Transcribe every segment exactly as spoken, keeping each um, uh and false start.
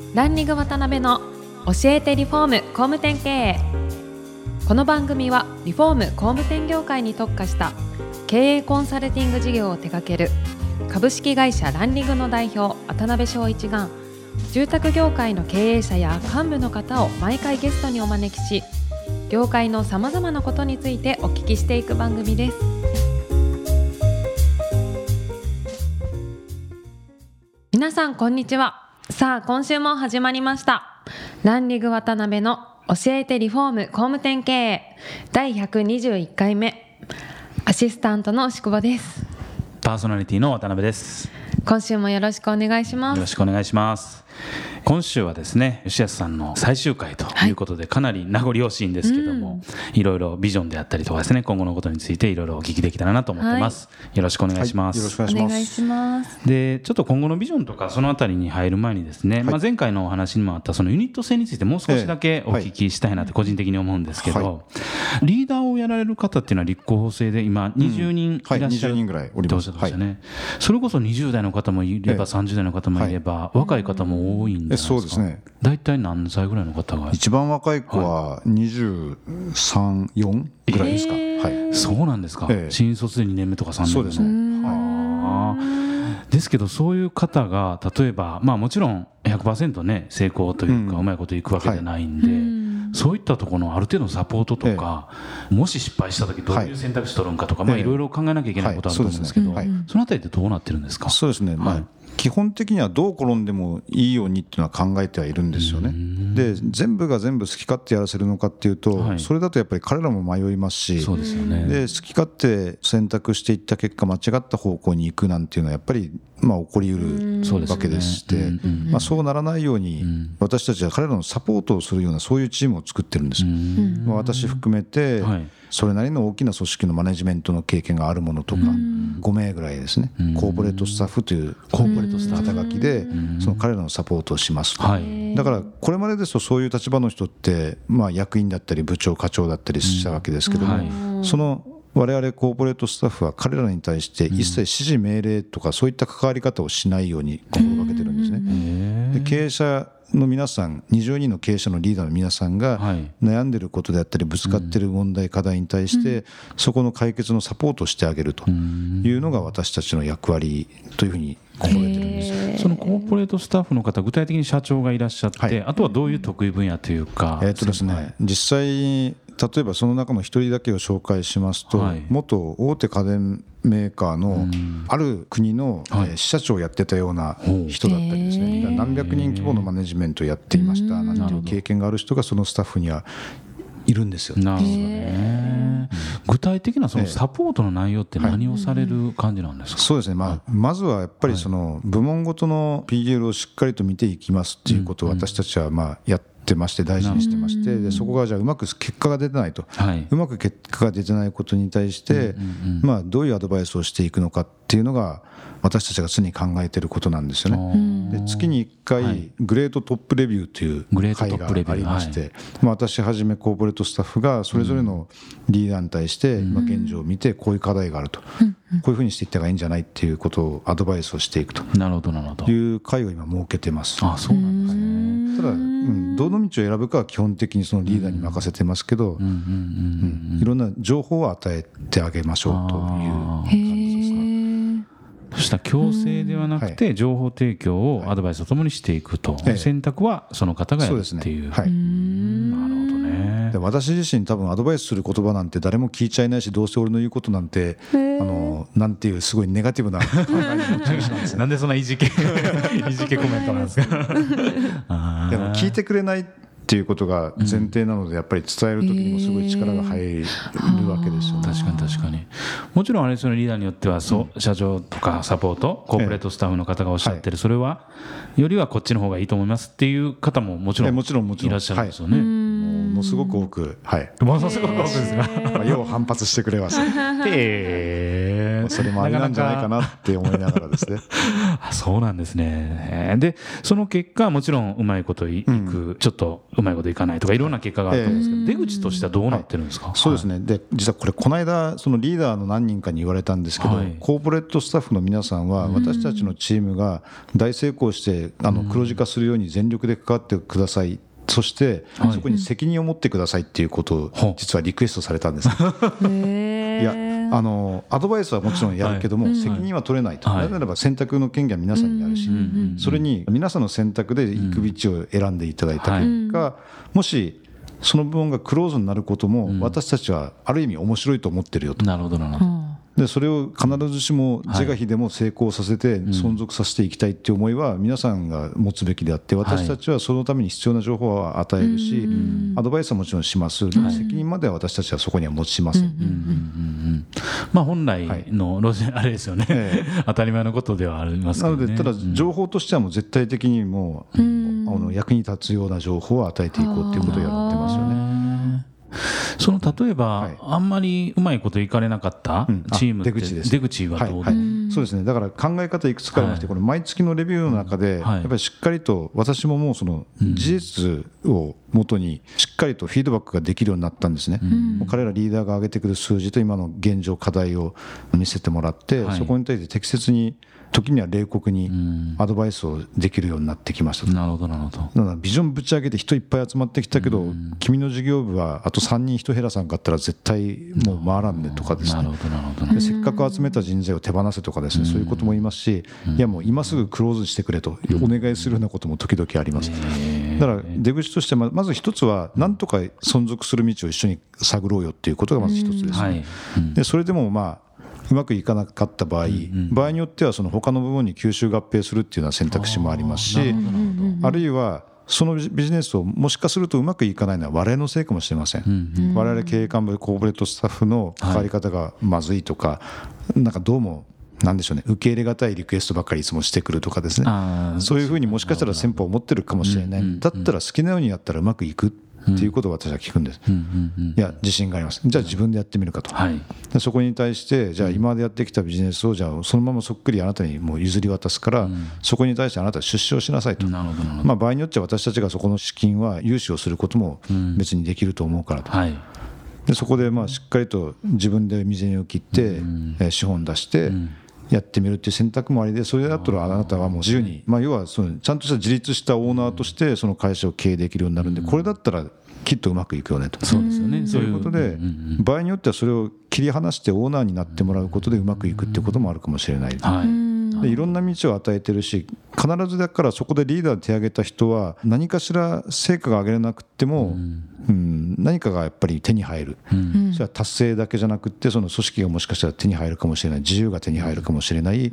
ランリング渡辺の教えてリフォーム工務店経営。この番組はリフォーム工務店業界に特化した経営コンサルティング事業を手掛ける株式会社ランリングの代表渡辺翔一が、住宅業界の経営者や幹部の方を毎回ゲストにお招きし、業界のさまざまなことについてお聞きしていく番組です。皆さんこんにちは。さあ今週も始まりました、ランリング渡辺の教えてリフォーム工務店経営だいひゃくにじゅういっかいめ、アシスタントの宿場です。 パーソナリティの渡辺です。 今週もよろしくお願いします。 よろしくお願いします。今週はですね、吉安さんの最終回ということで、はい、かなり名残惜しいんですけども、うん、いろいろビジョンであったりとかですね、今後のことについていろいろお聞きできたらなと思ってます、はい、よろしくお願いします、 はい、よろしくお願いします。 でちょっと今後のビジョンとかそのあたりに入る前にですね、はい、まあ、前回のお話にもあったそのユニット制についてもう少しだけお聞きしたいなと個人的に思うんですけど、はい、リーダーをやられる方っていうのは立候補制で今にじゅうにんいらっしゃる、うん、はい、にじゅうにんぐらいおります。はい、それこそにじゅうだいの方もいればさんじゅうだいの方もいれば、はい、若い方も多いんじゃないですか。 そうですね。 大体何歳ぐらいの方が？ 一番若い子はにじゅうさん、よんぐらいですか、えーはい、 そうなんですか、えー、新卒でにねんめとかさんねんめの。そうですね、はい、ですけどそういう方が例えば、まあ、もちろん ひゃくパーセント ね成功というか、うん、うまいこといくわけじゃないんで、はい、そういったところのある程度のサポートとか、えー、もし失敗した時どういう選択肢取るんかとか、はい、まあ、いろいろ考えなきゃいけないことあると思うんですけど、はい、そ, ね、はい、そのあたりってどうなってるんですか？ そうですね、まあ、はい、基本的にはどう転んでもいいようにっていうのは考えてはいるんですよね。で全部が全部好き勝手やらせるのかっていうと、はい、それだとやっぱり彼らも迷いますし、そうですよね。で好き勝手選択していった結果間違った方向に行くなんていうのはやっぱりまあ起こりうるわけでして、まあ、そうならないように私たちは彼らのサポートをするようなそういうチームを作ってるんですよ。まあ、私含めて、はい、それなりの大きな組織のマネジメントの経験があるものとかごめいぐらいですね、コーポレートスタッフというコーポレートスタッフ肩書きでその彼らのサポートをしますと、はい、だからこれまでですとそういう立場の人ってまあ役員だったり部長課長だったりしたわけですけども、はい、その我々コーポレートスタッフは彼らに対して一切指示命令とかそういった関わり方をしないように心がけてるんですね。で経営者の皆さんにじゅうにんの経営者のリーダーの皆さんが悩んでることであったりぶつかってる問題課題に対してそこの解決のサポートをしてあげるというのが私たちの役割というふうに心がけてるんです。 そのコーポレートスタッフの方具体的に社長がいらっしゃって、はい、あとはどういう得意分野というか、 えーとですね、はい、実際例えばその中の一人だけを紹介しますと、はい、元大手家電メーカーのある国の支社長をやってたような人だったりですね、はい、何百人規模のマネジメントをやっていましたなんていう経験がある人がそのスタッフにはいるんですよ。 なるほどね。具体的なそのサポートの内容って何をされる感じなんですか？ はい、そうですね、まあ、まずはやっぱりその部門ごとの ピーエル をしっかりと見ていきますっていうことを私たちはまあやっててまして大事にしてまして、でそこがじゃあうまく結果が出てないと、はい、うまく結果が出てないことに対して、まあ、どういうアドバイスをしていくのかっていうのが私たちが常に考えていることなんですよね。で月にいっかいグレートトップレビューという会がありまして、まあ、私はじめコーポレートスタッフがそれぞれのリーダーに対してまあ現状を見てこういう課題があると、こういうふうにしていった方がいいんじゃないっていうことをアドバイスをしていくという会を今設けてます。 あ、そうなんですね。 ただ、うん、どの道を選ぶかは基本的にそのリーダーに任せてますけど、いろんな情報を与えてあげましょうという感じですね。 そしたら強制ではなくて情報提供をアドバイスとともにしていくと、はい、選択はその方がやるっていう。 はい、なるほどね。で私自身多分アドバイスする言葉なんて誰も聞いちゃいないし、どうせ俺の言うことなんてあのなんていうすごいネガティブな考えの持ち主なんですよ。 なんでそんないじけいじけコメントなんですか？ でも聞いてくれないっていうことが前提なので、やっぱり伝える時にもすごい力が入るわけですよ、ね。 確かに確かに。もちろんあれですよね、リーダーによってはそう、うん、社長とかサポートコーポレートスタッフの方がおっしゃってる、それはよりはこっちの方がいいと思いますっていう方ももちろんいらっしゃるんですよね。 もうのすごく多く、はい、 ものすごく多くですが、 まあ、要反発してくれますへそれもあれなんじゃないかなって思いながらですねあそうなんですね。でその結果もちろんうまいこといく、うん、ちょっとうまいこといかないとかいろんな結果があると思うんですけど、えー、出口としてはどうなってるんですか。 はい、そうですね。で実はこれこの間そのリーダーの何人かに言われたんですけど、はい、コーポレートスタッフの皆さんは私たちのチームが大成功してあの黒字化するように全力で関わってください、そしてそこに責任を持ってくださいっていうことを実はリクエストされたんです。いやあのアドバイスはもちろんやるけども、はい、責任は取れないと、はい、なぜならば選択の権限は皆さんにあるし、うん、それに皆さんの選択で行く道を選んでいただいた結果、はい、もしその部分がクローズになることも私たちはある意味面白いと思ってるよと。 なるほどなるほど。 でそれを必ずしも是が非でも成功させて存続させていきたいっていう思いは皆さんが持つべきであって、私たちはそのために必要な情報は与えるし、アドバイスはもちろんします。でも責任までは私たちはそこには持ちません。 まあ本来のロジあれですよね、ええ、当たり前のことではありますけどね。 なのでただ情報としてはもう絶対的にもうあの役に立つような情報を与えていこうっていうことをやってますよね。 その例えば、はい、あんまりうまいこといかれなかったチームって、うん、出口です。出口はどう、はいはい、 そうですね。だから考え方いくつかありまして、はい、この毎月のレビューの中で、はい、やっぱりしっかりと私ももうその事実をもとにしっかりとフィードバックができるようになったんですね、うん、もう彼らリーダーが上げてくる数字と今の現状課題を見せてもらって、はい、そこに対して適切に時には冷酷にアドバイスをできるようになってきましたと。 なるほどなるほど。だからビジョンぶち上げて人いっぱい集まってきたけど、君の事業部はあとさんにん人減らさんかったら絶対もう回らんねとかですね。でせっかく集めた人材を手放せとかですね、そういうことも言いますし、いやもう今すぐクローズしてくれとお願いするようなことも時々あります。だから出口としてはまず一つは何とか存続する道を一緒に探ろうよっていうことがまず一つですね。でそれでもまあうまくいかなかった場合、うんうん、場合によってはその他の部分に吸収合併するっていうような選択肢もありますし、 あ, あるいはそのビジネスをもしかするとうまくいかないのは我々のせいかもしれません、うんうん、我々経営幹部コーポレートスタッフの関わり方がまずいとか、はい、なんかどうもなんでしょうね、受け入れがたいリクエストばっかりいつもしてくるとかですね、そういうふうにもしかしたら先方は思ってるかもしれない、うんうんうん、だったら好きなようにやったらうまくいくっていうことを私は聞くんです、うんうんうん、いや自信があります、じゃあ自分でやってみるかと、はい、でそこに対してじゃあ今までやってきたビジネスをじゃあそのままそっくりあなたにもう譲り渡すから、うん、そこに対してあなたは出資をしなさいと、なるほどなるほど、まあ、場合によっては私たちがそこの資金は融資をすることも別にできると思うからと、うん、はい、でそこでまあしっかりと自分で未然を切って、うん、えー、資本出して、うん、やってみるっていう選択もありで、それだったらあなたはもう自由に、まあ、要はそのちゃんとした自立したオーナーとしてその会社を経営できるようになるんで、これだったらきっとうまくいくよねと。そうですよね。そういうことで場合によってはそれを切り離してオーナーになってもらうことでうまくいくっていうこともあるかもしれない、はい、でいろんな道を与えてるし、必ずだからそこでリーダーで手挙げた人は何かしら成果が上げれなくても、うんうん、何かがやっぱり手に入る、うん、それは達成だけじゃなくてその組織がもしかしたら手に入るかもしれない、自由が手に入るかもしれない、うん、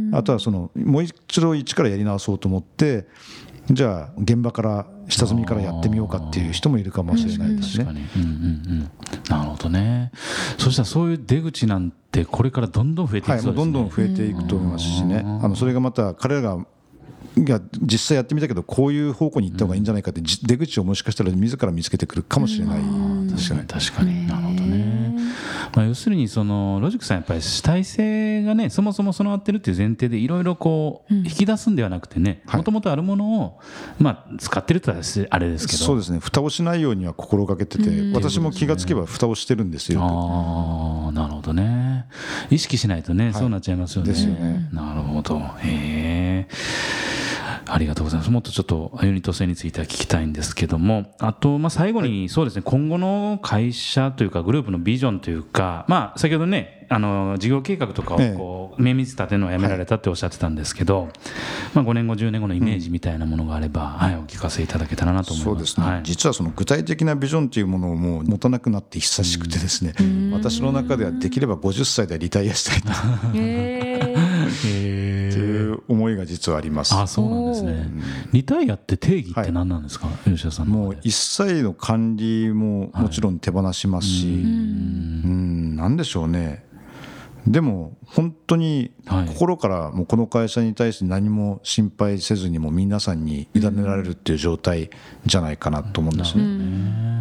あとはそのもう一度一からやり直そうと思ってじゃあ現場から下積みからやってみようかっていう人もいるかもしれないですね。確かに、うんうんうん、なるほどね。 そしたらそういう出口なんてこれからどんどん増えていくそうですね。 はい、もうどんどん増えていくと思いますしね、あのそれがまた彼らがいや実際やってみたけどこういう方向に行った方がいいんじゃないかって出口をもしかしたら自ら見つけてくるかもしれない。 確かに確かに、なるほどね。まあ、要するにそのロジックさんやっぱり主体性がねそもそも備わってるっていう前提でいろいろこう引き出すんではなくてね、もともとあるものをまあ使ってるってあれですけど、 そうですね、蓋をしないようには心がけてて、私も気がつけば蓋をしてるんですよ。 ああ、なるほどね。意識しないとね、はい、そうなっちゃいますよね。ですよね。なるほど。へえ。ありがとうございます。もっとちょっとユニット性については聞きたいんですけども、あとまあ最後にそうですね、今後の会社というかグループのビジョンというか、まあ先ほどねあの事業計画とかをこう綿密立てるのをやめられたっておっしゃってたんですけど、まあごねんごじゅうねんごのイメージみたいなものがあれば、はい、お聞かせいただけたらなと思います。 そうですね、はい、実はその具体的なビジョンというものをもう持たなくなって久しくてですね、私の中ではできればごじゅっさいでリタイアしたいとっていう思いが実はあります。 あ、そうなんですね。リタイアって定義って何なんですか、はい、吉田さんの。 もう一切の管理ももちろん手放しますし、はい、うん、なんでしょうね。でも本当に心からもうこの会社に対して何も心配せずにも皆さんに委ねられるっていう状態じゃないかなと思うんですね。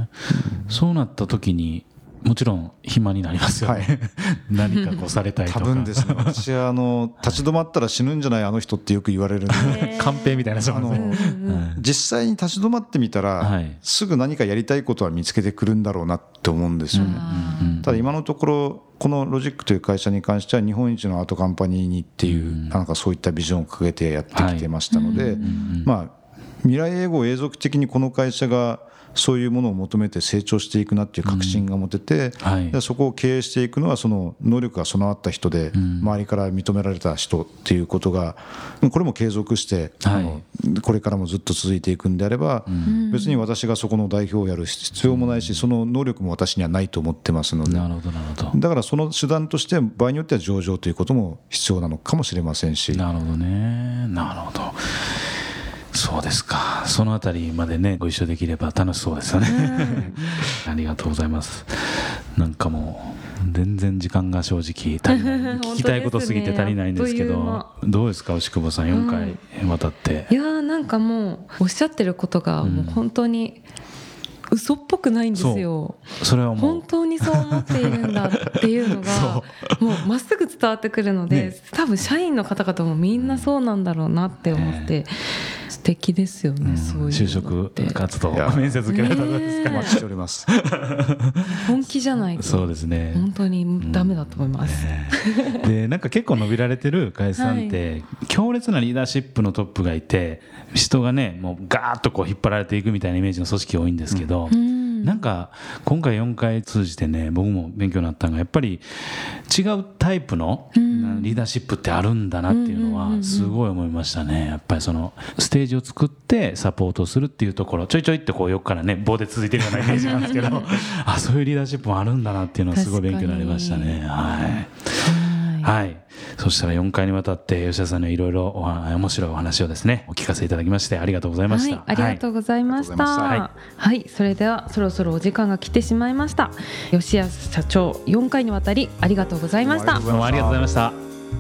ね、うん、そうなった時にもちろん暇になりますよね、はい、何かこうされたいとか。 多分ですね、私はあの立ち止まったら死ぬんじゃないあの人ってよく言われるんで、 カンペみたいなあの、うん、 実際に立ち止まってみたら、はい、すぐ何かやりたいことは見つけてくるんだろうなって思うんですよね、うんうん、ただ今のところこのロジックという会社に関しては日本一のアートカンパニーにっていう、うん、なんかそういったビジョンを掲げてやってきてましたので、はい、まあ未来永劫永続的にこの会社がそういうものを求めて成長していくなっていう確信が持てて、うんはい、でそこを経営していくのはその能力が備わった人で、うん、周りから認められた人っていうことがこれも継続して、はい、あのこれからもずっと続いていくんであれば、うん、別に私がそこの代表をやる必要もないし、その能力も私にはないと思ってますので、 なるほどなるほど。 だからその手段として場合によっては上場ということも必要なのかもしれませんし。 なるほどね、なるほど。そうですか。そのあたりまでねご一緒できれば楽しそうですよね、うん、ありがとうございます。なんかもう全然時間が正直足りない聞きたいことすぎて足りないんですけど、どうですか牛久保さん、よんかい渡って、 うん、いやなんかもうおっしゃってることがもう本当に嘘っぽくないんですよ。 そうそれはもう本当にそう思っているんだっていうのがもうまっすぐ伝わってくるので、ね、多分社員の方々もみんなそうなんだろうなって思って、ね、素敵ですよね、うん、そういう就職活動面接受けられたんですか、 お待ちしております本気じゃないとそうですね、 本当にダメだと思います、 うんね、でなんか結構伸びられてる会社さんって、はい、強烈なリーダーシップのトップがいて人がねもうガーッとこう引っ張られていくみたいなイメージの組織多いんですけど、うん、なんか今回よんかい通じてね僕も勉強になったのがやっぱり違うタイプのリーダーシップってあるんだなっていうのはすごい思いましたね。やっぱりそのステージを作ってサポートするっていうところちょいちょいってこう横からね棒で続いてるようなイメージなんですけどあそういうリーダーシップもあるんだなっていうのはすごい勉強になりましたね。はいはい、そしたらよんかいにわたって吉田さんのいろいろ面白いお話をですねお聞かせいただきましてありがとうございました。 はい、ありがとうございました。はい、はい、それではそろそろお時間が来てしまいました。吉安社長よんかいにわたりありがとうございました。 どうもありがとうございました。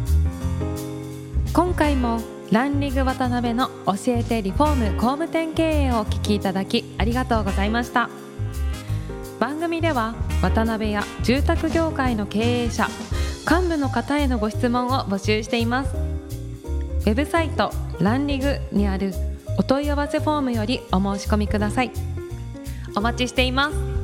今回もランリング渡辺の教えてリフォーム工務店経営をお聞きいただきありがとうございました。番組では渡辺や住宅業界の経営者幹部の方へのご質問を募集しています。ウェブサイトランリグにあるお問い合わせフォームよりお申し込みください。お待ちしています。